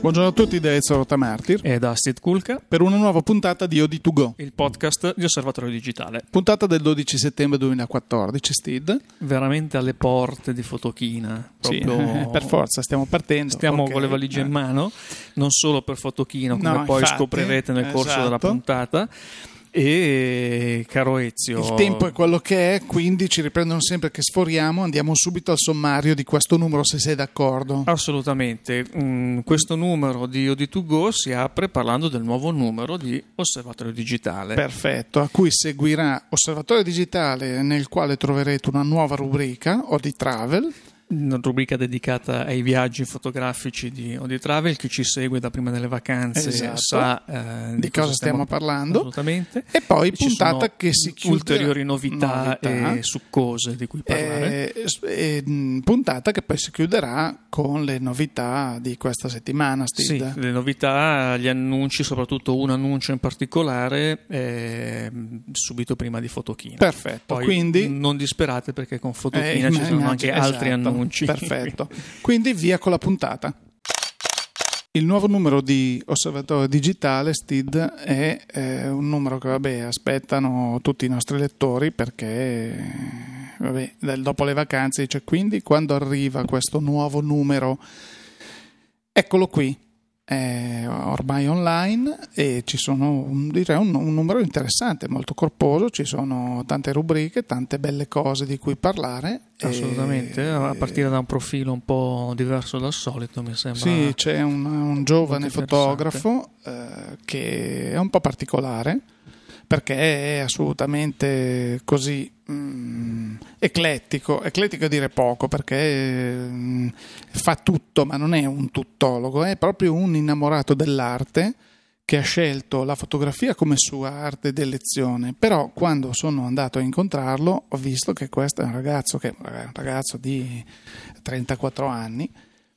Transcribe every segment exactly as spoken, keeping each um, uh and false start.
Buongiorno a tutti da Ezio Rotamartir e da Steve Kulka per una nuova puntata di O D due Go, il podcast di Osservatorio Digitale. Puntata del dodici settembre duemilaquattordici, Steve. Veramente alle porte di Fotochina. Proprio... Sì, per forza, stiamo partendo. Stiamo okay. con le valigie in mano, non solo per Fotochina, come no, poi infatti, scoprirete nel corso esatto. della puntata. E caro Ezio, il tempo è quello che è, quindi ci riprendono sempre che sforiamo. Andiamo subito al sommario di questo numero, se sei d'accordo. Assolutamente. Mm, questo numero di O D due Go si apre parlando del nuovo numero di Osservatorio Digitale. Perfetto, a cui seguirà Osservatorio Digitale, nel quale troverete una nuova rubrica, O D Travel. Una rubrica dedicata ai viaggi fotografici di O D Travel. Chi ci segue da prima delle vacanze esatto. sa eh, di, di cosa stiamo, stiamo parlando. Assolutamente. E poi e puntata che si chiude. Ulteriori novità, novità e succose di cui parlare. E, e, puntata che poi si chiuderà con le novità di questa settimana, Steve. Sì, le novità, gli annunci, soprattutto un annuncio in particolare, eh, subito prima di Fotochina. Perfetto. Poi quindi non disperate perché con Fotochina eh, ci sono anche esatto. altri annunci. Perfetto, quindi via con la puntata. Il nuovo numero di Osservatorio Digitale, Steve, è eh, un numero che vabbè aspettano tutti i nostri lettori, perché vabbè, dopo le vacanze dice: quindi quando arriva questo nuovo numero? Eccolo qui, è ormai online e ci sono direi un, un numero interessante, molto corposo, ci sono tante rubriche, tante belle cose di cui parlare. Assolutamente, e, a partire da un profilo un po' diverso dal solito, mi sembra. Sì, c'è un, un giovane fotografo eh, che è un po' particolare, perché è assolutamente così mh, eclettico, eclettico a dire poco, perché mh, fa tutto, ma non è un tuttologo, è proprio un innamorato dell'arte che ha scelto la fotografia come sua arte d'elezione. Però quando sono andato a incontrarlo ho visto che questo è un ragazzo, che è un ragazzo di trentaquattro anni,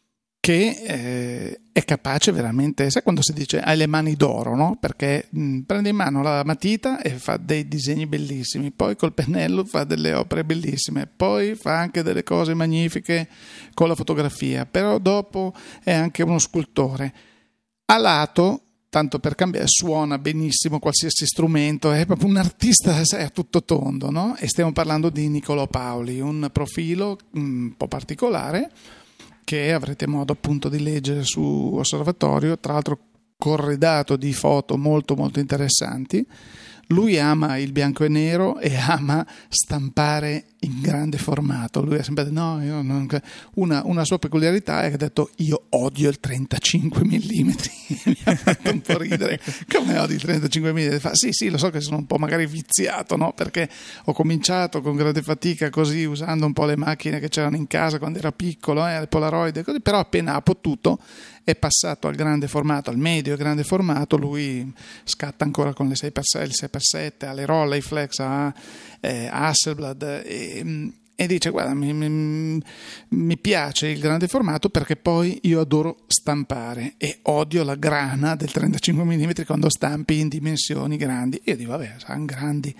che eh, è capace veramente, sai quando si dice hai le mani d'oro, no? Perché mh, prende in mano la matita e fa dei disegni bellissimi, poi col pennello fa delle opere bellissime, poi fa anche delle cose magnifiche con la fotografia, però dopo è anche uno scultore. A lato, tanto per cambiare, suona benissimo qualsiasi strumento, è proprio un artista, sai, a tutto tondo, no? E stiamo parlando di Niccolò Paoli, un profilo un po' particolare, che avrete modo appunto di leggere su Osservatorio, tra l'altro corredato di foto molto molto interessanti. Lui ama il bianco e nero e ama stampare in grande formato. Lui ha sempre detto no, io non... una, una sua peculiarità è che ha detto io odio il trentacinque millimetri. Mi ha fatto un po' ridere. Come odio il trentacinque millimetri? Fa, sì, sì, lo so che sono un po' magari viziato, no? Perché ho cominciato con grande fatica così, usando un po' le macchine che c'erano in casa quando era piccolo, eh, le Polaroid e così, però appena ha potuto è passato al grande formato, al medio e grande formato. Lui scatta ancora con le sei per sei, il sei per sette, alle Rolleiflex, a eh, Hasselblad e, e dice guarda mi, mi, mi piace il grande formato perché poi io adoro stampare e odio la grana del trentacinque millimetri quando stampi in dimensioni grandi. Io dico vabbè, saranno grandi.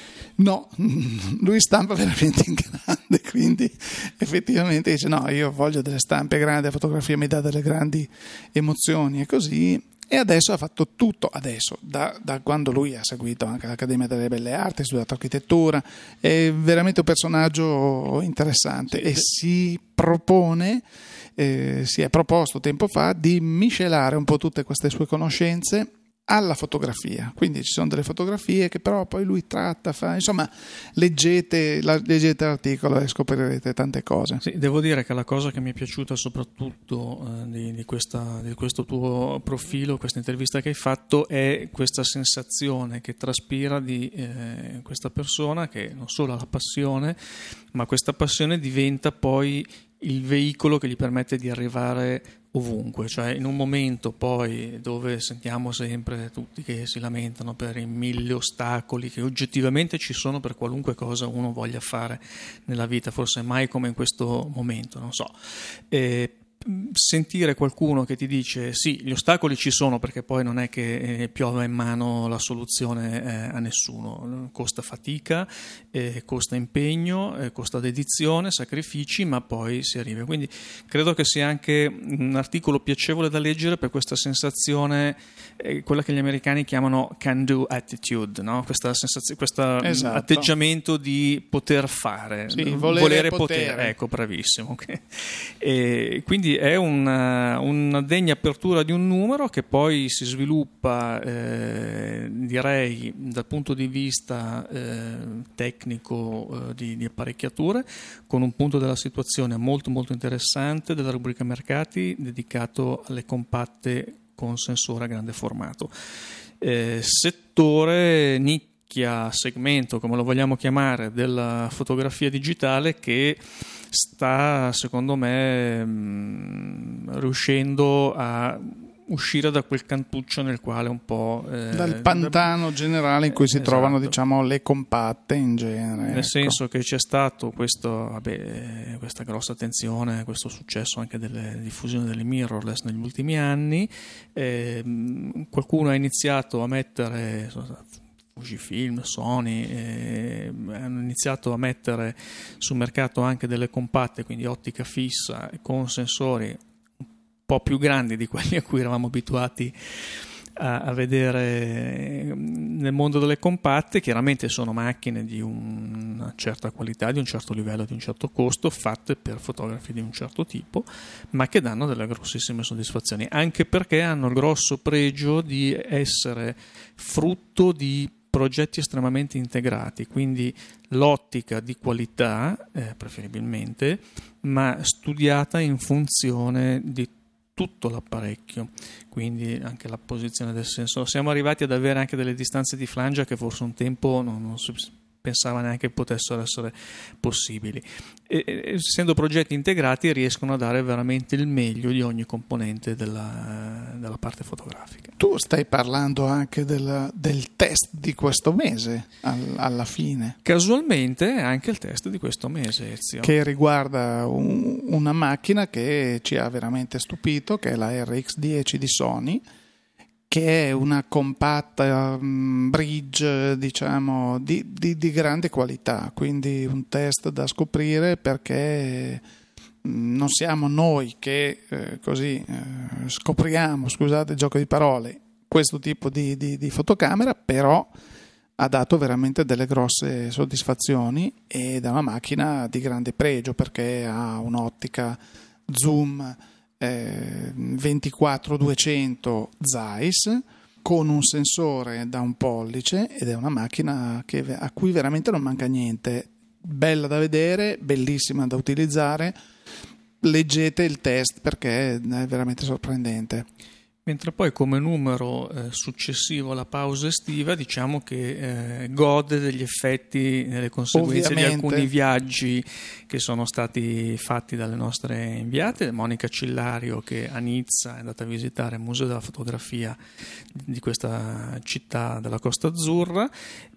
No, lui stampa veramente in grande, quindi effettivamente dice no, io voglio delle stampe grandi, la fotografia mi dà delle grandi emozioni e così. E adesso ha fatto tutto, adesso, da, da quando lui ha seguito anche l'Accademia delle Belle Arti, ha studiato architettura, è veramente un personaggio interessante. Sì, e sì. si propone, eh, si è proposto tempo fa di miscelare un po' tutte queste sue conoscenze alla fotografia, quindi ci sono delle fotografie che però poi lui tratta, fa, insomma leggete, la, leggete l'articolo e scoprirete tante cose. Sì, devo dire che la cosa che mi è piaciuta soprattutto eh, di, di, questa, di questo tuo profilo, questa intervista che hai fatto, è questa sensazione che traspira di eh, questa persona che non solo ha la passione, ma questa passione diventa poi il veicolo che gli permette di arrivare ovunque, cioè in un momento poi dove sentiamo sempre tutti che si lamentano per i mille ostacoli che oggettivamente ci sono per qualunque cosa uno voglia fare nella vita, forse mai come in questo momento, non so. Eh, sentire qualcuno che ti dice sì, gli ostacoli ci sono, perché poi non è che eh, piova in mano la soluzione eh, a nessuno, costa fatica, eh, costa impegno, eh, costa dedizione, sacrifici, ma poi si arriva. Quindi credo che sia anche un articolo piacevole da leggere per questa sensazione, eh, quella che gli americani chiamano can do attitude, no? Questa sensazione, questo esatto. atteggiamento di poter fare, sì, volere, volere potere. potere. Ecco, bravissimo. Okay. E quindi è una, una degna apertura di un numero che poi si sviluppa, eh, direi, dal punto di vista eh, tecnico eh, di, di apparecchiature, con un punto della situazione molto molto interessante della rubrica mercati dedicato alle compatte con sensore a grande formato. Eh, settore nicchia, segmento, come lo vogliamo chiamare, della fotografia digitale che sta, secondo me, mh, riuscendo a uscire da quel cantuccio nel quale un po' eh, dal pantano generale in cui si esatto. trovano, diciamo, le compatte in genere, nel ecco. senso che c'è stato questo, vabbè, questa grossa attenzione, questo successo anche delle diffusione delle mirrorless negli ultimi anni. Eh, qualcuno ha iniziato a mettere, Fujifilm, Sony, eh, hanno iniziato a mettere sul mercato anche delle compatte, quindi ottica fissa con sensori un po' più grandi di quelli a cui eravamo abituati a, a vedere nel mondo delle compatte. Chiaramente sono macchine di una certa qualità, di un certo livello, di un certo costo, fatte per fotografi di un certo tipo, ma che danno delle grossissime soddisfazioni, anche perché hanno il grosso pregio di essere frutto di progetti estremamente integrati, quindi l'ottica di qualità, eh, preferibilmente, ma studiata in funzione di tutto l'apparecchio, quindi anche la posizione del sensore. Siamo arrivati ad avere anche delle distanze di flangia che forse un tempo non, non si pensava neanche potessero essere possibili. E, essendo progetti integrati, riescono a dare veramente il meglio di ogni componente della, della parte fotografica. Tu stai parlando anche del, del test di questo mese, al, alla fine. Casualmente anche il test di questo mese, Ezio. Che riguarda un, una macchina che ci ha veramente stupito, che è la R X dieci di Sony, che è una compatta um, bridge, diciamo, di, di, di grande qualità, quindi un test da scoprire, perché um, non siamo noi che eh, così eh, scopriamo, scusate il gioco di parole, questo tipo di, di, di fotocamera, però ha dato veramente delle grosse soddisfazioni ed è una macchina di grande pregio, perché ha un'ottica zoom Eh, ventiquattro duecento Zeiss con un sensore da un pollice, ed è una macchina che, a cui veramente non manca niente, bella da vedere, bellissima da utilizzare. Leggete il test perché è veramente sorprendente. Mentre poi come numero eh, successivo alla pausa estiva, diciamo che eh, gode degli effetti, delle conseguenze Ovviamente. di alcuni viaggi che sono stati fatti dalle nostre inviate. Monica Cillario, che a Nizza è andata a visitare il Museo della Fotografia di questa città della Costa Azzurra,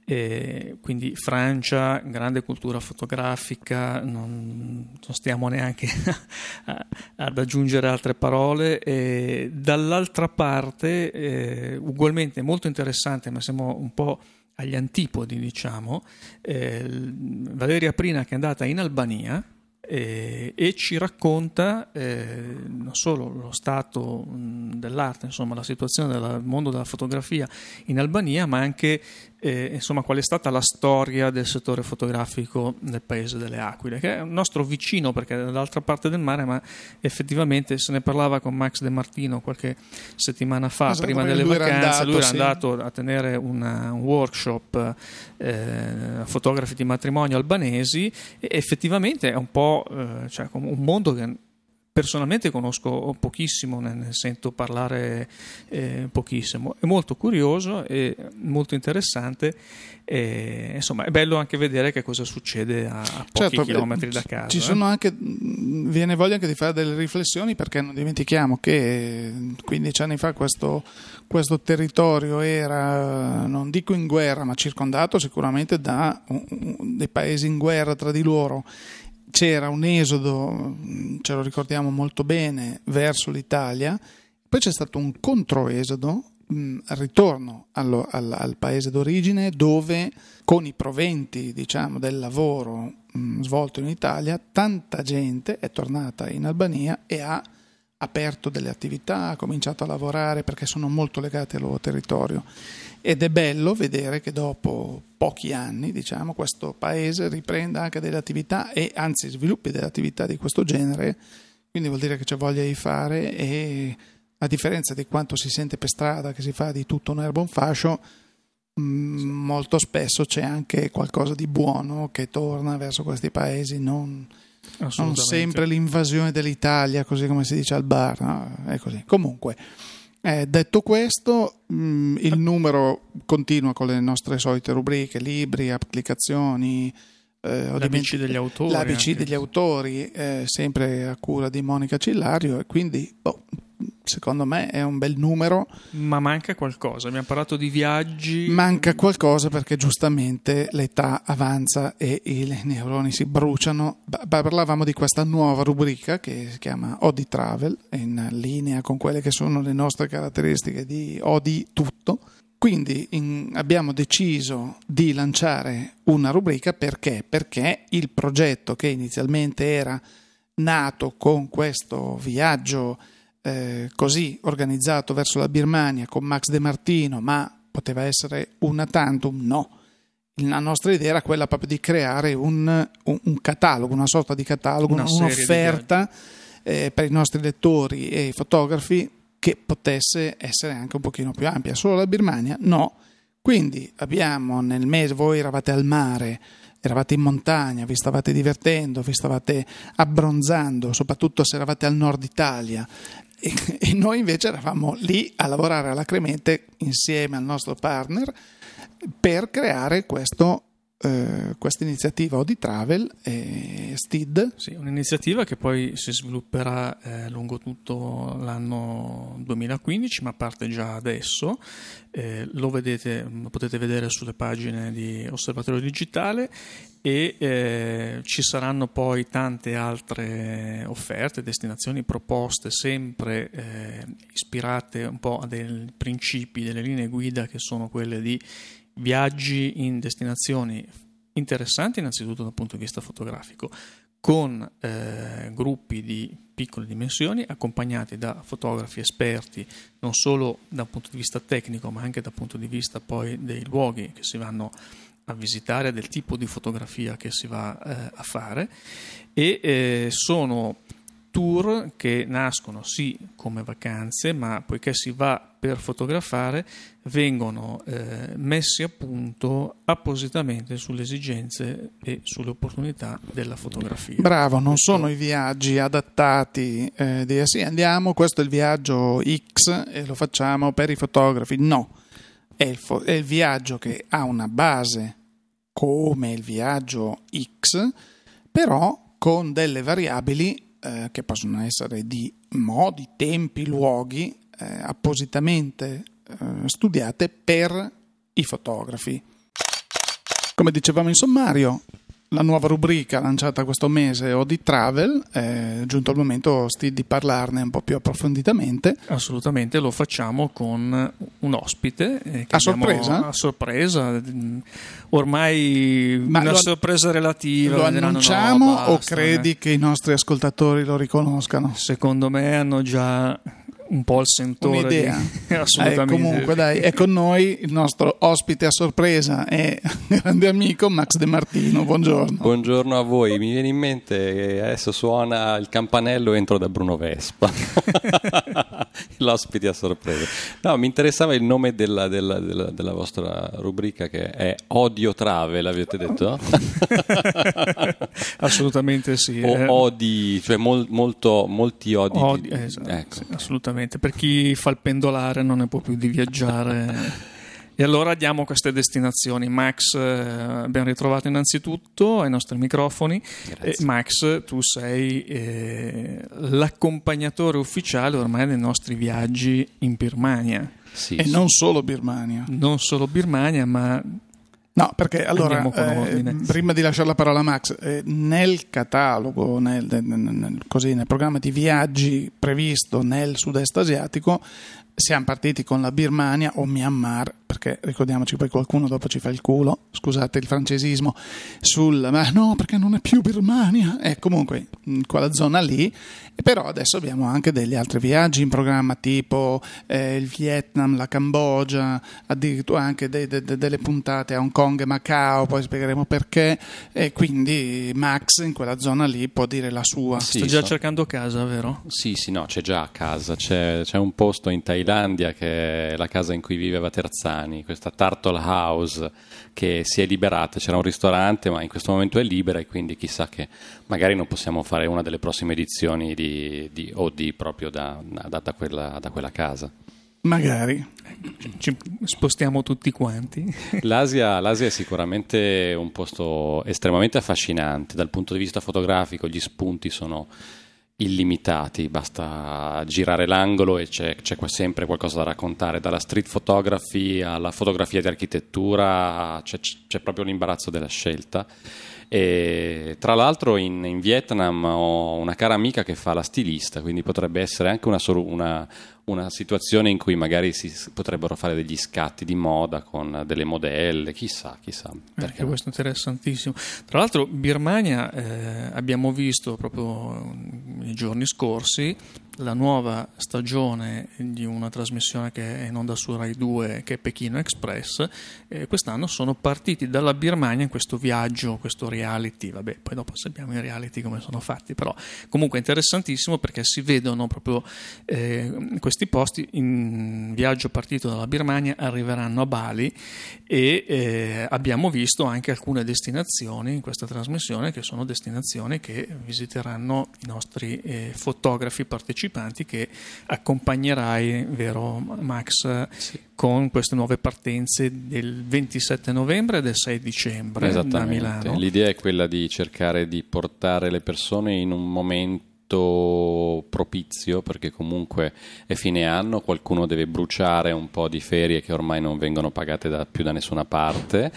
e quindi Francia, grande cultura fotografica, non, non stiamo neanche a, ad aggiungere altre parole. E dall'altra parte, eh, ugualmente molto interessante, ma siamo un po' agli antipodi, diciamo, eh, Valeria Prina, che è andata in Albania eh, e ci racconta eh, non solo lo stato mh, dell'arte, insomma la situazione del mondo della fotografia in Albania, ma anche eh, insomma qual è stata la storia del settore fotografico nel paese delle Aquile, che è un nostro vicino perché è dall'altra parte del mare, ma effettivamente se ne parlava con Max De Martino qualche settimana fa, esatto, prima delle lui vacanze. Era andato, lui era sì. andato a tenere una, un workshop eh, fotografi di matrimonio albanesi, e effettivamente è un po' eh, cioè, un mondo che personalmente conosco pochissimo, ne sento parlare eh, pochissimo. È molto curioso e molto interessante, e, insomma è bello anche vedere che cosa succede a, a pochi certo, chilometri da casa. Ci sono anche, viene voglia anche di fare delle riflessioni, perché non dimentichiamo che quindici anni fa questo, questo territorio era, non dico in guerra, ma circondato sicuramente da un, dei paesi in guerra tra di loro. c'era un esodo, ce lo ricordiamo molto bene, verso l'Italia, poi c'è stato un controesodo, mh, ritorno allo, al, al paese d'origine, dove con i proventi, diciamo, del lavoro mh, svolto in Italia, tanta gente è tornata in Albania e ha aperto delle attività, ha cominciato a lavorare perché sono molto legati al loro territorio, ed è bello vedere che dopo pochi anni, diciamo, questo paese riprenda anche delle attività e anzi sviluppi delle attività di questo genere, quindi vuol dire che c'è voglia di fare, e a differenza di quanto si sente per strada che si fa di tutto un erba un fascio, mh, molto spesso c'è anche qualcosa di buono che torna verso questi paesi, non non sempre l'invasione dell'Italia, così come si dice al bar, no? È così. Comunque, eh, detto questo, mh, il numero continua con le nostre solite rubriche, libri, applicazioni, eh, l'A B C degli autori, l'A B C degli autori, eh, sempre a cura di Monica Cillario, e quindi boh, secondo me è un bel numero. Ma manca qualcosa, abbiamo parlato di viaggi. Manca qualcosa perché giustamente l'età avanza e i neuroni si bruciano. Parlavamo di questa nuova rubrica che si chiama Odi Travel, in linea con quelle che sono le nostre caratteristiche di Odi Tutto. Quindi in, abbiamo deciso di lanciare una rubrica perché? Perché il progetto, che inizialmente era nato con questo viaggio Eh, così organizzato verso la Birmania con Max De Martino, ma poteva essere una tantum, no. La nostra idea era quella proprio di creare un, un, un catalogo, una sorta di catalogo, una un'offerta eh, per i nostri lettori e i fotografi che potesse essere anche un pochino più ampia. Solo la Birmania? No. Quindi abbiamo nel mese, voi eravate al mare, eravate in montagna, vi stavate divertendo, vi stavate abbronzando, soprattutto se eravate al nord Italia, e, e noi invece eravamo lì a lavorare alacremente insieme al nostro partner per creare questo eh, questa iniziativa Odi Travel e S T I D. Sì, un'iniziativa che poi si svilupperà eh, lungo tutto l'anno duemilaquindici, ma parte già adesso. Eh, lo vedete, lo potete vedere sulle pagine di Osservatorio Digitale, e eh, ci saranno poi tante altre offerte, destinazioni, proposte, sempre eh, ispirate un po' a dei principi, delle linee guida che sono quelle di viaggi in destinazioni interessanti innanzitutto dal punto di vista fotografico, con eh, gruppi di piccole dimensioni accompagnati da fotografi esperti non solo dal punto di vista tecnico ma anche dal punto di vista poi dei luoghi che si vanno a visitare, del tipo di fotografia che si va eh, a fare, e eh, sono tour che nascono sì come vacanze, ma poiché si va per fotografare vengono eh, messi a punto appositamente sulle esigenze e sulle opportunità della fotografia. Bravo, non questo... sono i viaggi adattati eh, di sì, andiamo, questo è il viaggio X e lo facciamo per i fotografi. No, è il, fo- è il viaggio che ha una base come il viaggio X, però con delle variabili Eh, che possono essere di modi, tempi, luoghi eh, appositamente eh, studiate per i fotografi. Come dicevamo in sommario, la nuova rubrica lanciata questo mese, Odi Travel, è giunto il momento Sti, di parlarne un po' più approfonditamente. Assolutamente, lo facciamo con un ospite eh, che a sorpresa? A sorpresa, ormai Ma una lo, sorpresa relativa. Lo annunciamo no, basta, o credi eh. che i nostri ascoltatori lo riconoscano? Secondo me hanno già un po' il sentore. Un'idea. Di... Assolutamente. Eh, comunque dai, è con noi il nostro ospite a sorpresa e grande amico Max De Martino. Buongiorno. Buongiorno a voi. Mi viene in mente che adesso suona il campanello, entro da Bruno Vespa. L'ospite a sorpresa. No, mi interessava il nome della, della, della, della vostra rubrica, che è Odio Travel, avete detto? Assolutamente sì. O odi, cioè mol, molto, molti odi. Odi, esatto, ecco. Sì, assolutamente. Per chi fa il pendolare non ne può più di viaggiare. E allora diamo queste destinazioni. Max, eh, abbiamo ritrovato innanzitutto ai nostri microfoni. Eh, Max, tu sei eh, l'accompagnatore ufficiale ormai dei nostri viaggi in Birmania. Sì, e sì. Non solo Birmania. Non solo Birmania, ma No, perché allora, eh, prima di lasciare la parola a Max, eh, nel catalogo, nel, nel, nel, così, nel programma di viaggi previsto nel sud-est asiatico, siamo partiti con la Birmania o Myanmar, perché ricordiamoci poi qualcuno dopo ci fa il culo, scusate il francesismo, sul ma no perché non è più Birmania, e eh, comunque in quella zona lì, e però adesso abbiamo anche degli altri viaggi in programma tipo eh, il Vietnam, la Cambogia, addirittura anche de, de, de, delle puntate a Hong Kong e Macao, poi spiegheremo perché, e quindi Max in quella zona lì può dire la sua. Sì, sto già so. cercando casa, vero? Sì, sì, no, c'è già a casa, c'è, c'è un posto in Thailandia che è la casa in cui viveva Terzani, questa Turtle House che si è liberata, c'era un ristorante ma in questo momento è libera, e quindi chissà che magari non possiamo fare una delle prossime edizioni di, di O D proprio da, da, da, quella, da quella casa. Magari ci spostiamo tutti quanti. L'Asia, l'Asia è sicuramente un posto estremamente affascinante dal punto di vista fotografico, gli spunti sono illimitati, basta girare l'angolo e c'è, c'è sempre qualcosa da raccontare, dalla street photography alla fotografia di architettura, c'è, c'è proprio l'imbarazzo della scelta. E tra l'altro in, in Vietnam ho una cara amica che fa la stilista, quindi potrebbe essere anche una, una, una situazione in cui magari si potrebbero fare degli scatti di moda con delle modelle, chissà, chissà. Perché questo è interessantissimo. Tra l'altro Birmania, eh, abbiamo visto proprio nei giorni scorsi la nuova stagione di una trasmissione che è in onda su Rai due, che è Pechino Express. Eh, quest'anno sono partiti dalla Birmania in questo viaggio, questo reality, vabbè, poi dopo sappiamo i reality come sono fatti, però comunque è interessantissimo perché si vedono proprio eh, questi posti in viaggio partito dalla Birmania, arriveranno a Bali, e eh, abbiamo visto anche alcune destinazioni in questa trasmissione che sono destinazioni che visiteranno i nostri eh, fotografi partecipanti, che accompagnerai, vero Max, sì, con queste nuove partenze del ventisette novembre e del sei dicembre da Milano. L'idea è quella di cercare di portare le persone in un momento propizio, perché comunque è fine anno, qualcuno deve bruciare un po' di ferie che ormai non vengono pagate da, più da nessuna parte,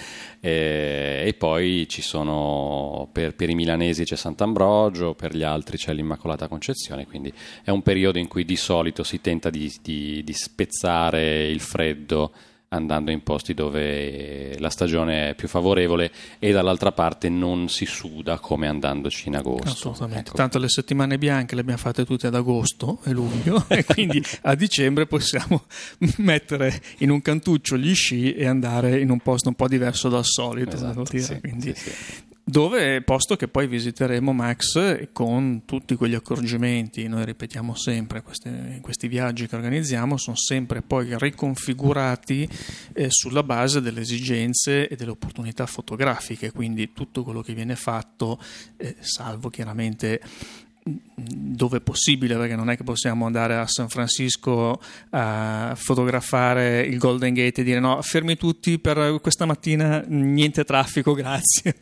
e, e poi ci sono per, per i milanesi c'è Sant'Ambrogio, per gli altri c'è l'Immacolata Concezione, quindi è un periodo in cui di solito si tenta di, di, di spezzare il freddo andando in posti dove la stagione è più favorevole, e dall'altra parte non si suda come andandoci in agosto. Assolutamente, ecco. Tanto le settimane bianche le abbiamo fatte tutte ad agosto e luglio e quindi a dicembre possiamo mettere in un cantuccio gli sci e andare in un posto un po' diverso dal solito, esatto, dire. Sì, quindi sì, sì. Dove, posto che poi visiteremo, Max, con tutti quegli accorgimenti. Noi ripetiamo sempre, questi, questi viaggi che organizziamo sono sempre poi riconfigurati eh, sulla base delle esigenze e delle opportunità fotografiche, quindi tutto quello che viene fatto, eh, salvo chiaramente dove è possibile, perché non è che possiamo andare a San Francisco a fotografare il Golden Gate e dire no, fermi tutti per questa mattina, niente traffico, grazie.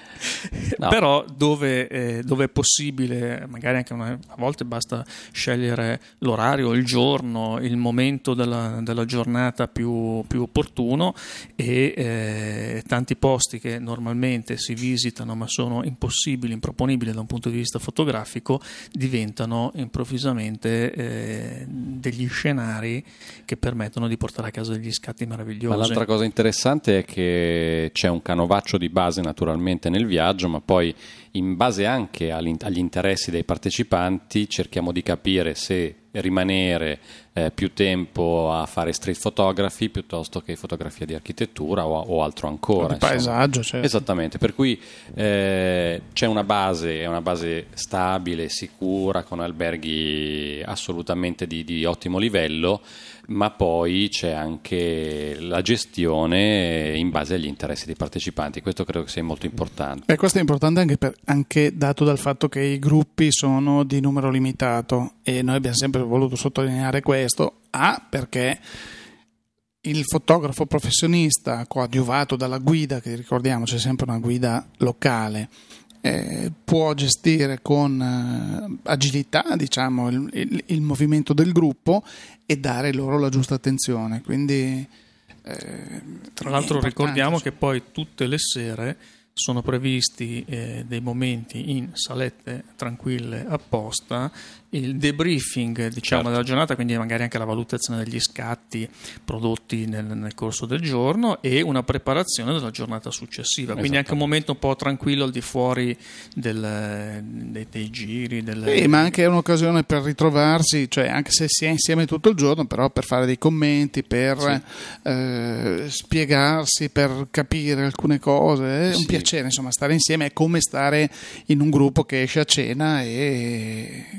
No. Però dove, eh, dove è possibile, magari anche una, a volte basta scegliere l'orario, il giorno, il momento della, della giornata più, più opportuno, e eh, tanti posti che normalmente si visitano ma sono impossibili, improponibili da un punto di vista fotografico, diventano improvvisamente eh, degli scenari che permettono di portare a casa degli scatti meravigliosi. Ma l'altra cosa interessante è che c'è un canovaccio di base naturalmente nel viaggio, ma poi in base anche agli interessi dei partecipanti cerchiamo di capire se rimanere eh, più tempo a fare street photography piuttosto che fotografia di architettura o, o altro ancora, di paesaggio, certo. Esattamente, per cui eh, c'è una base, è una base stabile, sicura, con alberghi assolutamente di, di ottimo livello, ma poi c'è anche la gestione in base agli interessi dei partecipanti. Questo credo che sia molto importante. E questo è importante anche, per, anche dato dal fatto che i gruppi sono di numero limitato, e noi abbiamo sempre voluto sottolineare questo. A, perché il fotografo professionista coadiuvato dalla guida, che ricordiamo c'è sempre una guida locale, eh, può gestire con eh, agilità, diciamo, il, il, il movimento del gruppo e dare loro la giusta attenzione. Quindi Eh, Tra l'altro ricordiamo che poi tutte le sere sono previsti eh, dei momenti in salette tranquille apposta, il debriefing diciamo certo. della giornata, quindi magari anche la valutazione degli scatti prodotti nel, nel corso del giorno e una preparazione della giornata successiva, quindi anche un momento un po' tranquillo al di fuori del, dei, dei giri delle... Sì, ma anche è un'occasione per ritrovarsi, cioè anche se si è insieme tutto il giorno, però per fare dei commenti, per sì. eh, spiegarsi, per capire alcune cose, è un sì. piacere, insomma, stare insieme è come stare in un gruppo che esce a cena e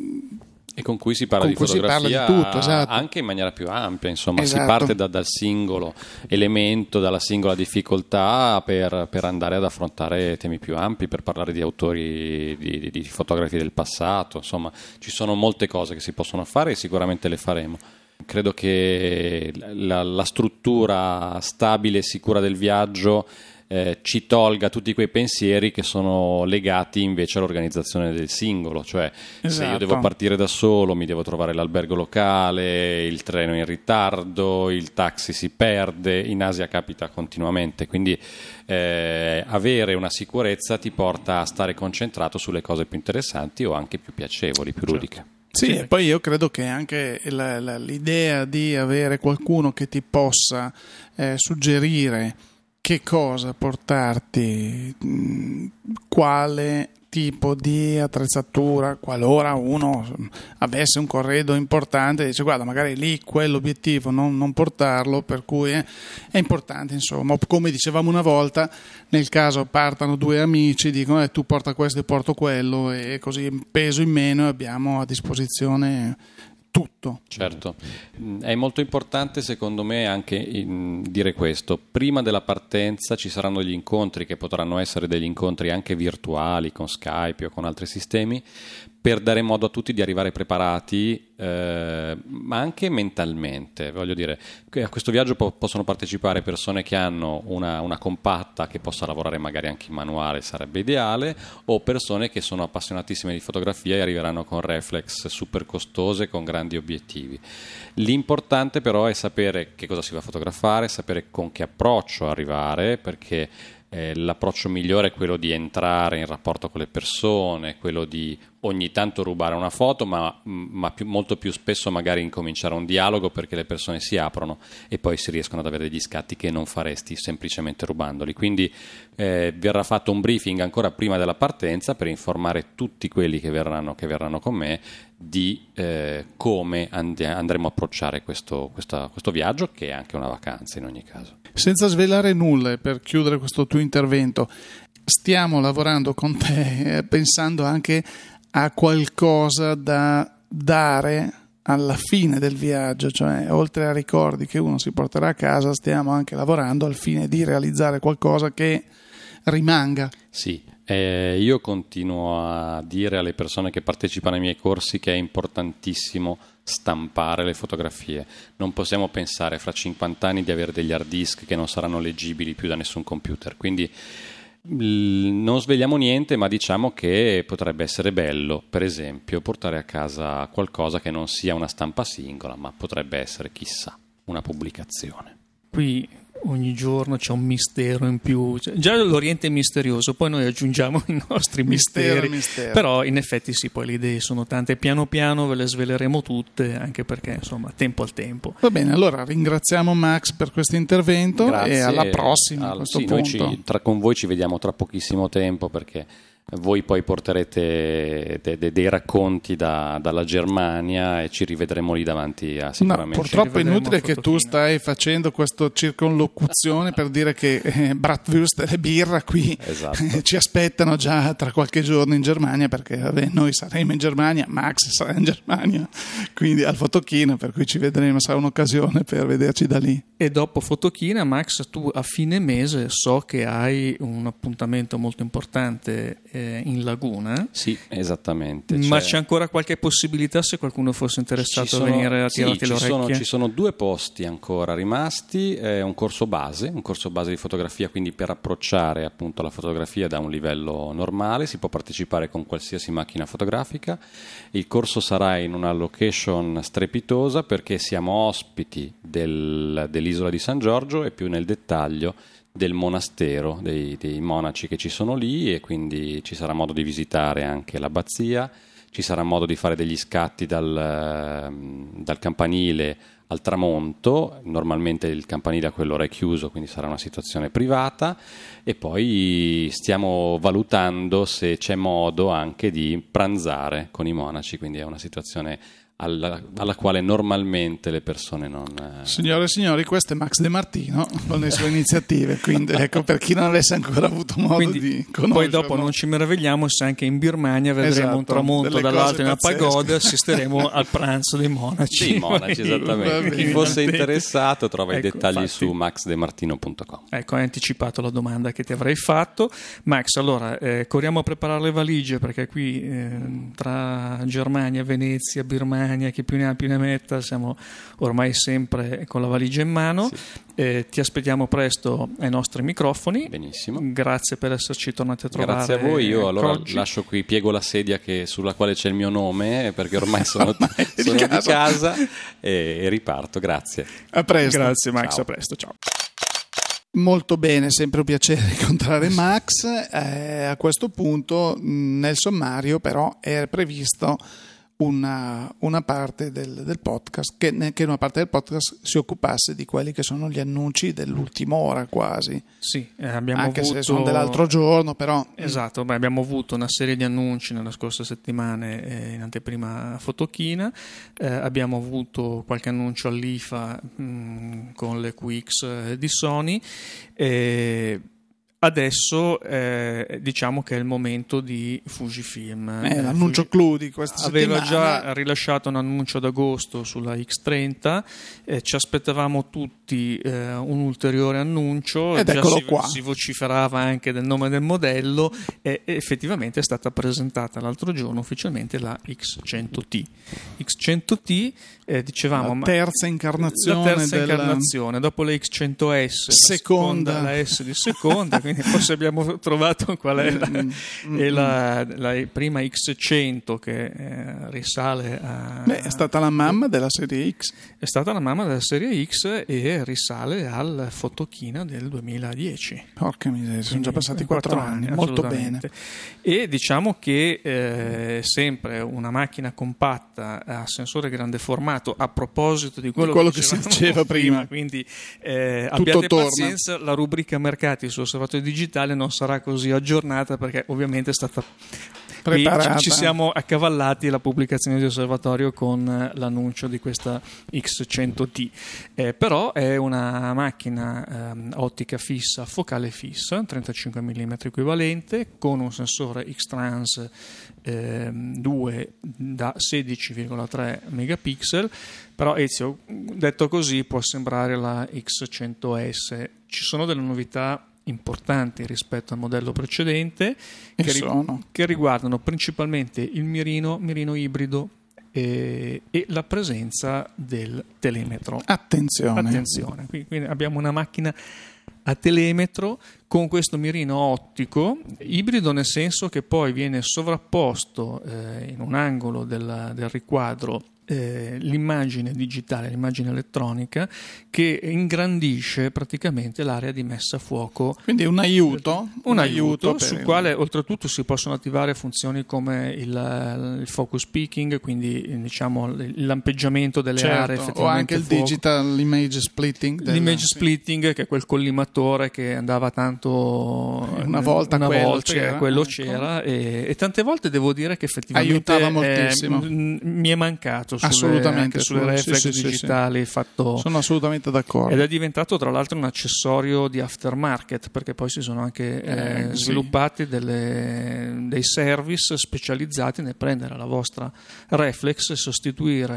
e con cui si parla con di cui fotografia si parla di tutto, esatto. Anche in maniera più ampia, insomma, esatto. si parte da, dal singolo elemento, dalla singola difficoltà per, per andare ad affrontare temi più ampi, per parlare di autori, di, di, di fotografi del passato, insomma, ci sono molte cose che si possono fare e sicuramente le faremo. Credo che la, la struttura stabile e sicura del viaggio Eh, ci tolga tutti quei pensieri che sono legati invece all'organizzazione del singolo, cioè esatto. se io devo partire da solo mi devo trovare l'albergo locale, il treno in ritardo, il taxi si perde, in Asia capita continuamente, quindi eh, avere una sicurezza ti porta a stare concentrato sulle cose più interessanti o anche più piacevoli, più ludiche. Certo. Sì, e poi io credo che anche la, la, l'idea di avere qualcuno che ti possa eh, suggerire che cosa portarti, mh, quale tipo di attrezzatura, qualora uno avesse un corredo importante, dice guarda magari lì quell'obiettivo non, non portarlo, per cui è, è importante, insomma, come dicevamo una volta, nel caso partano due amici, dicono eh, tu porta questo e porto quello, e così peso in meno e abbiamo a disposizione tutto. Certo, è molto importante secondo me anche in dire questo: prima della partenza ci saranno degli incontri che potranno essere degli incontri anche virtuali con Skype o con altri sistemi, per dare modo a tutti di arrivare preparati, eh, ma anche mentalmente. Voglio dire, a questo viaggio po- possono partecipare persone che hanno una, una compatta che possa lavorare magari anche in manuale, sarebbe ideale, o persone che sono appassionatissime di fotografia e arriveranno con reflex super costose, con grandi obiettivi. L'importante però è sapere che cosa si va a fotografare, sapere con che approccio arrivare, perché Eh, l'approccio migliore è quello di entrare in rapporto con le persone, quello di ogni tanto rubare una foto, ma, ma più, molto più spesso magari incominciare un dialogo, perché le persone si aprono e poi si riescono ad avere degli scatti che non faresti semplicemente rubandoli. Quindi eh, verrà fatto un briefing ancora prima della partenza per informare tutti quelli che verranno, che verranno con me di eh, come and- andremo a approcciare questo, questa, questo viaggio, che è anche una vacanza in ogni caso. Senza svelare nulla, per chiudere questo tuo intervento, stiamo lavorando con te eh, pensando anche a qualcosa da dare alla fine del viaggio, cioè oltre ai ricordi che uno si porterà a casa, stiamo anche lavorando al fine di realizzare qualcosa che rimanga. Sì, eh, io continuo a dire alle persone che partecipano ai miei corsi che è importantissimo stampare le fotografie. Non possiamo pensare fra cinquanta anni di avere degli hard disk che non saranno leggibili più da nessun computer, quindi non svegliamo niente, ma diciamo che potrebbe essere bello, per esempio, portare a casa qualcosa che non sia una stampa singola, ma potrebbe essere, chissà, una pubblicazione. Qui ogni giorno c'è un mistero in più, già l'Oriente è misterioso, poi noi aggiungiamo i nostri mistero, misteri, mistero. Però in effetti sì, poi le idee sono tante, piano piano ve le sveleremo tutte, anche perché insomma tempo al tempo. Va bene, allora ringraziamo Max per questo intervento. Grazie, e alla prossima. Al, a questo sì, punto. Noi ci, tra, con voi ci vediamo tra pochissimo tempo, perché voi poi porterete de, de, dei racconti da, dalla Germania e ci rivedremo lì davanti a sicuramente. No, purtroppo è inutile che tu stai facendo questa circonlocuzione per dire che eh, Bratwurst e birra qui esatto. eh, ci aspettano già tra qualche giorno in Germania, perché vabbè, noi saremo in Germania, Max sarà in Germania, quindi al Fotochina, per cui ci vedremo, sarà un'occasione per vederci da lì. E dopo Fotochina, Max, tu a fine mese so che hai un appuntamento molto importante eh, in laguna. Sì, esattamente. Ma c'è... c'è ancora qualche possibilità se qualcuno fosse interessato sono, a venire a tirarti sì, le ci orecchie? Sono, ci sono due posti ancora rimasti, è un corso base, un corso base di fotografia, quindi per approcciare appunto la fotografia da un livello normale, si può partecipare con qualsiasi macchina fotografica. Il corso sarà in una location strepitosa perché siamo ospiti del, dell'isola di San Giorgio e più nel dettaglio del monastero, dei, dei monaci che ci sono lì, e quindi ci sarà modo di visitare anche l'abbazia, ci sarà modo di fare degli scatti dal, dal campanile al tramonto. Normalmente il campanile a quell'ora è chiuso, quindi sarà una situazione privata, e poi stiamo valutando se c'è modo anche di pranzare con i monaci, quindi è una situazione alla, alla quale normalmente le persone non... Signore e signori, questo è Max De Martino con le sue iniziative, quindi ecco, per chi non avesse ancora avuto modo quindi, di conoscerlo. Poi dopo non ci meravigliamo se anche in Birmania vedremo esatto, un tramonto dall'alto in una pazzesche. pagoda, assisteremo al pranzo dei monaci. Sì, monaci, esattamente. Chi fosse interessato trova ecco, i dettagli infatti, su max de martino punto com. Ecco, hai anticipato la domanda che ti avrei fatto. Max, allora, eh, corriamo a preparare le valigie, perché qui eh, tra Germania, Venezia, Birmania, chi più ne ha più ne metta, siamo ormai sempre con la valigia in mano. Sì. Eh, ti aspettiamo presto ai nostri microfoni. Benissimo. Grazie per esserci tornati a trovare. Grazie a voi. Io allora oggi. lascio qui, piego la sedia che, sulla quale c'è il mio nome, perché ormai sono, Ormai sono di di casa, casa e, e riparto. Grazie. A presto. Grazie Max, Ciao. a presto, ciao. Molto bene, sempre un piacere incontrare Max. Eh, a questo punto nel sommario però è previsto una, una parte del, del podcast che, che una parte del podcast si occupasse di quelli che sono gli annunci dell'ultima ora quasi. Sì, eh, abbiamo anche avuto... se sono dell'altro giorno, però Esatto, beh, abbiamo avuto una serie di annunci nelle scorse settimane eh, in anteprima Fotochina, eh, abbiamo avuto qualche annuncio all'I F A mh, con le Q X eh, di Sony. eh, Adesso eh, diciamo che è il momento di Fujifilm. eh, l'annuncio clou di questa Aveva settimana. già rilasciato un annuncio ad agosto sulla X trenta, eh, ci aspettavamo tutti eh, un ulteriore annuncio, Ed già eccolo si, qua. si vociferava anche del nome del modello, e effettivamente è stata presentata l'altro giorno ufficialmente la X cento T. X cento T, eh, dicevamo, la ma terza incarnazione, la terza del... incarnazione, dopo la X cento S, Seconda. la, seconda, la S di seconda, quindi forse abbiamo trovato qual è la, Mm, mm, è la, la prima X cento che eh, risale a... Beh, è stata la mamma della serie X. È stata la mamma della serie X e risale al Fotochina del duemiladieci. Porca miseria, sono già Quindi passati quattro anni, molto bene. assolutamente. E diciamo che eh, sempre una macchina compatta a sensore grande formato, a proposito di quello, Di quello che, che si dicevamo diceva prima. quindi eh, Tutto abbiate torna. pazienza, la rubrica mercati su Osservatorio Digitale non sarà così aggiornata perché ovviamente è stata qui Preparata. ci, ci siamo accavallati la pubblicazione di Osservatorio con eh, l'annuncio di questa X cento T, eh, però è una macchina ehm, ottica fissa, focale fissa, trentacinque millimetri equivalente, con un sensore X-Trans ehm, due da sedici virgola tre megapixel, però Ezio, detto così può sembrare la X cento S. Ci sono delle novità importanti rispetto al modello precedente E che, ri- sono? che riguardano principalmente il mirino, mirino ibrido e, e la presenza del telemetro. Attenzione. Attenzione, qui- quindi abbiamo una macchina a telemetro con questo mirino ottico, ibrido nel senso che poi viene sovrapposto eh, in un angolo del, del riquadro eh, l'immagine digitale, l'immagine elettronica, che ingrandisce praticamente l'area di messa a fuoco. Quindi un aiuto, Un, aiuto, per- sul quale oltretutto si possono attivare funzioni come il, il focus peaking, quindi diciamo il lampeggiamento delle certo, aree o effettivamente anche il fuoco. digital image splitting del- L'image sì. splitting, che è quel collimatore che andava tanto Una volta una quello volta, c'era, quello ecco. c'era e, e tante volte devo dire che effettivamente Aiutava eh, moltissimo. m- mi è mancato sulle, Assolutamente, anche sulle su- reflex sì, sì, sì, digitali fatto. Sono assolutamente d'accordo. Ed è diventato tra l'altro un accessorio di aftermarket, perché poi si sono anche eh, Eh, sì. sviluppati delle- dei service specializzati nel prendere la vostra reflex e sostituire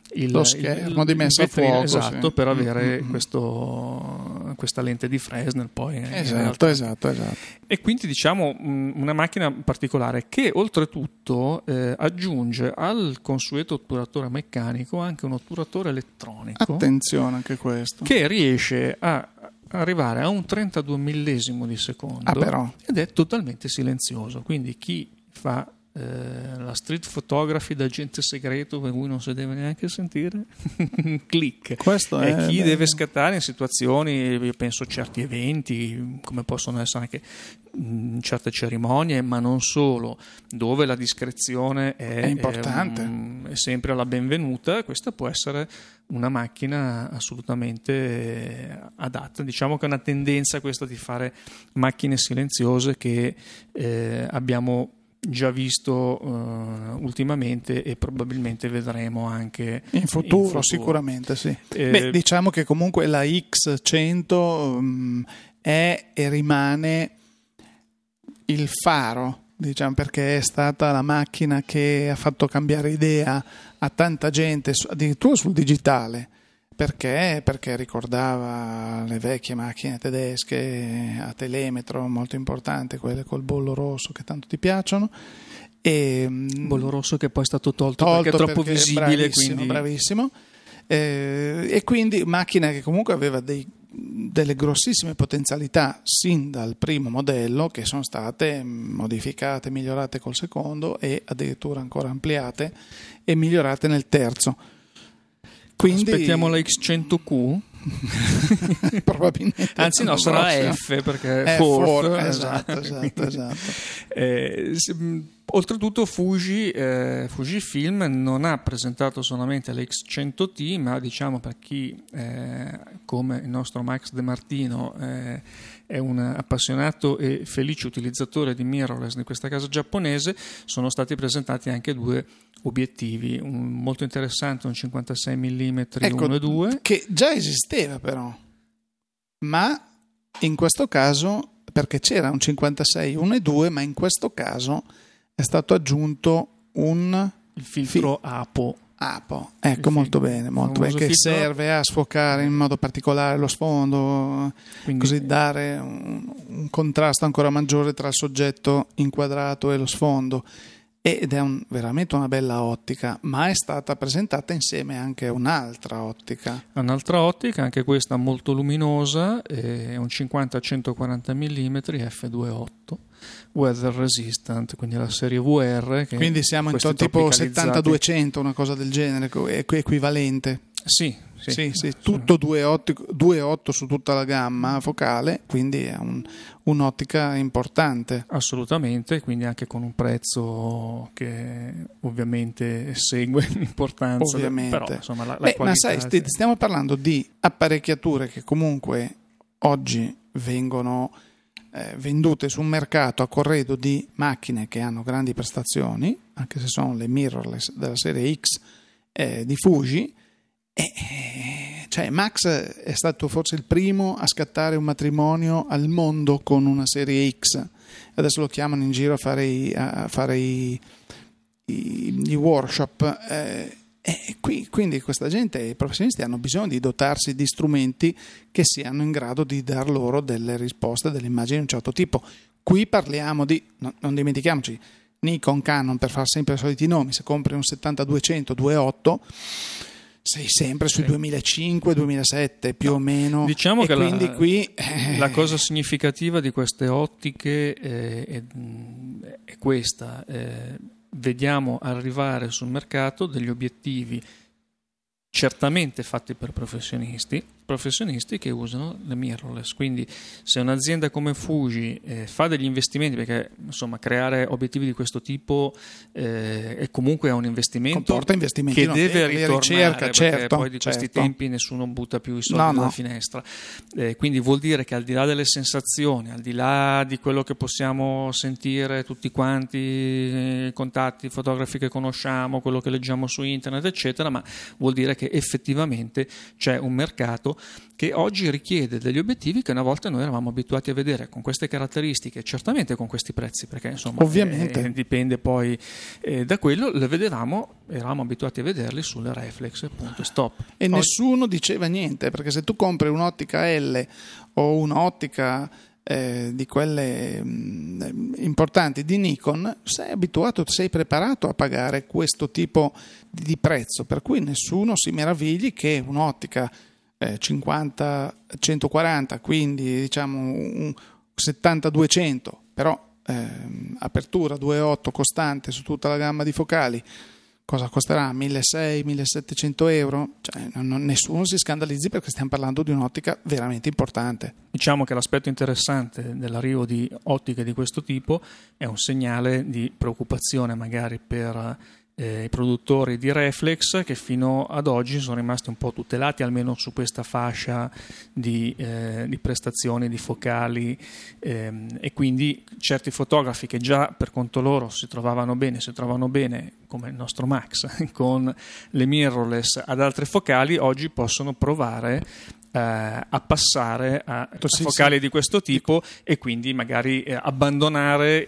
il, lo schermo il, di messa a fuoco, esatto, sì. per avere mm-hmm. questo, questa lente di Fresnel poi esatto, esatto, esatto. E quindi diciamo una macchina particolare che oltretutto eh, aggiunge al consueto otturatore meccanico anche un otturatore elettronico, attenzione anche questo, che riesce a arrivare a un trentadue millesimo di secondo, ah, però. ed è totalmente silenzioso, quindi chi fa eh, la street photography da agente segreto per cui non si deve neanche sentire click, questo e è chi beh. deve scattare in situazioni, io penso certi eventi come possono essere anche mh, certe cerimonie, ma non solo, dove la discrezione è, è importante, è, um, è sempre la benvenuta. Questa può essere una macchina assolutamente adatta. Diciamo che è una tendenza questa di fare macchine silenziose che eh, abbiamo già visto uh, ultimamente e probabilmente vedremo anche in futuro, in futuro. Sicuramente sì. Eh, Beh, diciamo che comunque la X cento um, è e rimane il faro, diciamo, perché è stata la macchina che ha fatto cambiare idea a tanta gente, addirittura sul digitale. Perché? Perché ricordava le vecchie macchine tedesche a telemetro, molto importante, quelle col bollo rosso che tanto ti piacciono. E, bollo rosso che poi è stato tolto, tolto perché è troppo perché visibile. Bravissimo, quindi... bravissimo. Eh, e quindi macchina che comunque aveva dei, delle grossissime potenzialità sin dal primo modello, che sono state modificate, migliorate col secondo e addirittura ancora ampliate e migliorate nel terzo. Quindi... aspettiamo la X cento Q? Probabilmente. Anzi no, sarà F, perché è Ford, Ford, esatto, esatto, esatto. eh, oltretutto Fuji, eh, Fujifilm non ha presentato solamente la X cento T, ma diciamo per chi eh, come il nostro Max De Martino eh, è un appassionato e felice utilizzatore di mirrorless di questa casa giapponese, sono stati presentati anche due obiettivi, un molto interessante, un cinquantasei millimetri ecco, uno e due, che già esisteva però, ma in questo caso, perché c'era un cinquantasei uno e due, ma in questo caso è stato aggiunto un il filtro fi- APO. APO, ecco, molto bene, molto bene, che filtro... serve a sfocare in modo particolare lo sfondo, quindi così dare un, un contrasto ancora maggiore tra il soggetto inquadrato e lo sfondo. Ed è un, veramente una bella ottica, ma è stata presentata insieme anche a un'altra ottica. Un'altra ottica, anche questa molto luminosa, è un cinquanta centoquaranta millimetri effe due virgola otto, weather resistant, quindi la serie V R. Che quindi siamo in to- tipo settanta duecento, una cosa del genere, equivalente. Sì. Sì, sì, sì, tutto due virgola otto su tutta la gamma focale, quindi è un, un'ottica importante. Assolutamente, quindi anche con un prezzo che ovviamente segue l'importanza. Ovviamente. Però, insomma, la, la Beh, qualità... Ma sai, st- stiamo parlando di apparecchiature che comunque oggi vengono eh, vendute sul mercato a corredo di macchine che hanno grandi prestazioni, anche se sono le mirrorless della serie X eh, di Fuji. Eh, cioè Max è stato forse il primo a scattare un matrimonio al mondo con una serie X, adesso lo chiamano in giro a fare i, a fare i, i, gli workshop, eh, e qui, quindi questa gente, i professionisti, hanno bisogno di dotarsi di strumenti che siano in grado di dar loro delle risposte, delle immagini di un certo tipo. Qui parliamo di, no, non dimentichiamoci, Nikon, Canon, per far sempre i soliti nomi. Se compri un settanta duecento due virgola otto sei sempre sui sì. duemilacinque duemilasette più no, o meno. Diciamo e che quindi la, qui eh... la cosa significativa di queste ottiche eh, è, è questa: eh, vediamo arrivare sul mercato degli obiettivi certamente fatti per professionisti, professionisti che usano le mirrorless. Quindi se un'azienda come Fuji eh, fa degli investimenti, perché insomma creare obiettivi di questo tipo eh, è comunque un investimento comporta investimenti che no, deve ritornare, ricerca, perché certo, poi di certo. questi tempi nessuno butta più i soldi no, dalla no. finestra, eh, quindi vuol dire che al di là delle sensazioni, al di là di quello che possiamo sentire tutti quanti, i contatti fotografi che conosciamo, quello che leggiamo su internet eccetera, ma vuol dire che effettivamente c'è un mercato mondo che oggi richiede degli obiettivi che una volta noi eravamo abituati a vedere con queste caratteristiche, certamente con questi prezzi, perché insomma ovviamente eh, dipende poi eh, da quello, le vedevamo, eravamo abituati a vederli sulle reflex, punto, stop. E oggi... nessuno diceva niente, perché se tu compri un'ottica L o un'ottica eh, di quelle mh, importanti di Nikon, sei abituato, sei preparato a pagare questo tipo di, di prezzo, per cui nessuno si meravigli che un'ottica eh, cinquanta centoquaranta, quindi diciamo un settanta duecento, però eh, apertura due virgola otto costante su tutta la gamma di focali, cosa costerà? milleseicento millesettecento euro? Cioè, non, nessuno si scandalizzi, perché stiamo parlando di un'ottica veramente importante. Diciamo che l'aspetto interessante dell'arrivo di ottiche di questo tipo è un segnale di preoccupazione magari per eh, i produttori di reflex, che fino ad oggi sono rimasti un po' tutelati, almeno su questa fascia di, eh, di prestazioni, di focali, ehm, e quindi certi fotografi che già per conto loro si trovavano bene, si trovano bene come il nostro Max con le mirrorless ad altre focali, oggi possono provare eh, a passare a, a sì, focali sì. di questo tipo, e quindi magari eh, abbandonare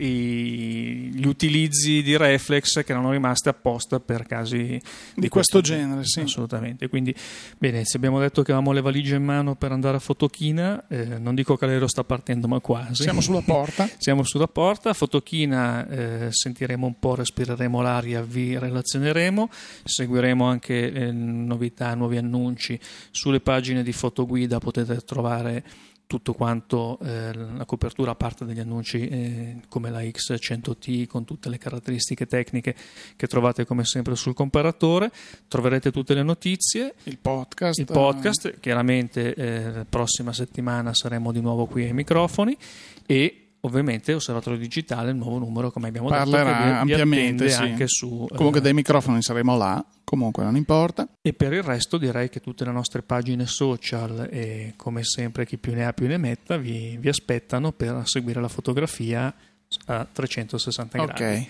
i, gli utilizzi di reflex che erano rimasti apposta per casi di, di questo, questo genere, sì. Assolutamente. Quindi bene, se abbiamo detto che avevamo le valigie in mano per andare a Fotochina, eh, non dico che l'aereo sta partendo, ma quasi. Siamo sulla porta. Siamo sulla porta. Fotochina, eh, sentiremo un po', respireremo l'aria, vi relazioneremo, seguiremo anche eh, novità, nuovi annunci sulle pagine di Fotoguida. Potete trovare tutto quanto, eh, la copertura, a parte degli annunci eh, come la X cento T con tutte le caratteristiche tecniche che trovate come sempre sul comparatore. Troverete tutte le notizie, il podcast, il podcast. Chiaramente eh, la prossima settimana saremo di nuovo qui ai microfoni, e ovviamente Osservatorio Digitale, il nuovo numero, come abbiamo parlerà detto, che vi, ampiamente, vi sì. anche su comunque eh, dai microfoni saremo là, comunque non importa. E per il resto direi che tutte le nostre pagine social, e come sempre chi più ne ha più ne metta, vi, vi aspettano per seguire la fotografia a trecentosessanta gradi. Ok,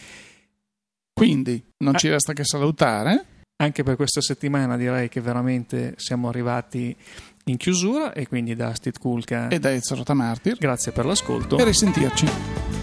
quindi non ci resta che salutare. Anche per questa settimana direi che veramente siamo arrivati in chiusura, e quindi da Steve Kulka e da Ezra Rotamartir, grazie per l'ascolto e risentirci.